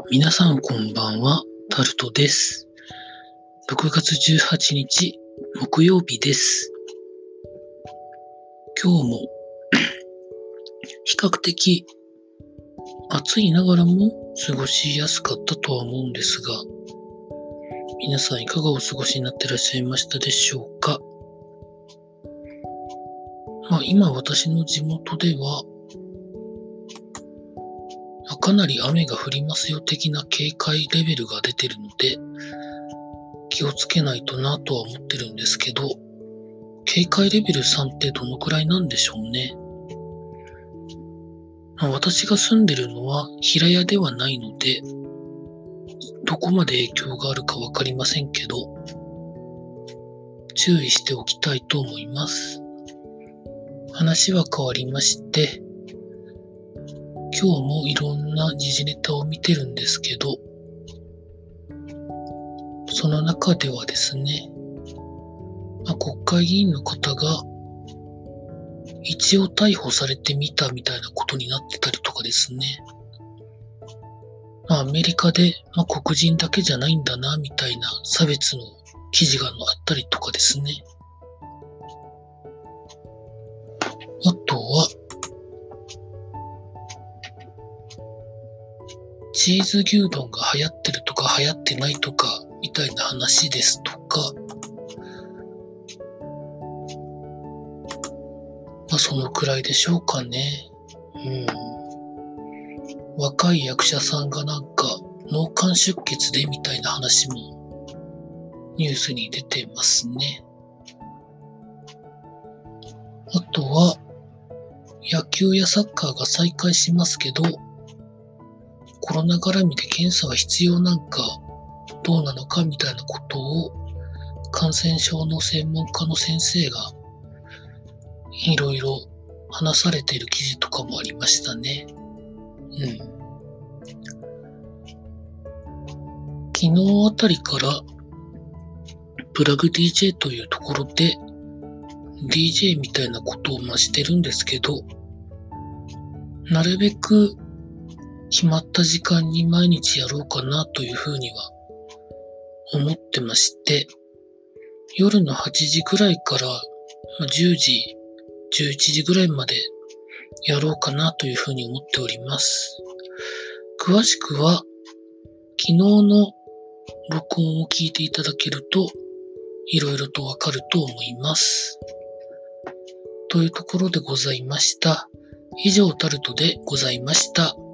皆さんこんばんは、タルトです。6月18日、木曜日です。今日も比較的暑いながらも過ごしやすかったとは思うんですが、皆さんいかがお過ごしになっていらっしゃいましたでしょうか。今私の地元では、かなり雨が降りますよ的な警戒レベルが出てるので、気をつけないとなとは思ってるんですけど、警戒レベル3ってどのくらいなんでしょうね。私が住んでるのは平屋ではないので、どこまで影響があるかわかりませんけど、注意しておきたいと思います。話は変わりまして、今日もいろんな時事ネタを見てるんですけど、その中ではですね、国会議員の方が一応逮捕されてみたみたいなことになってたりとかですね。アメリカで、黒人だけじゃないんだなみたいな差別の記事があったりとかですね。あとは、チーズ牛丼が流行ってるとか流行ってないとかみたいな話ですとか、そのくらいでしょうかね。若い役者さんが脳幹出血でみたいな話もニュースに出てますね。あとは、野球やサッカーが再開しますけど、コロナ絡みで検査が必要どうなのかみたいなことを感染症の専門家の先生がいろいろ話されている記事とかもありましたね。昨日あたりからプラグ DJ というところで DJ みたいなことをしてるんですけど、なるべく決まった時間に毎日やろうかなというふうには思ってまして、夜の8時ぐらいから10時、11時ぐらいまでやろうかなというふうに思っております。詳しくは昨日の録音を聞いていただけるといろいろとわかると思います。というところでございました。以上タルトでございました。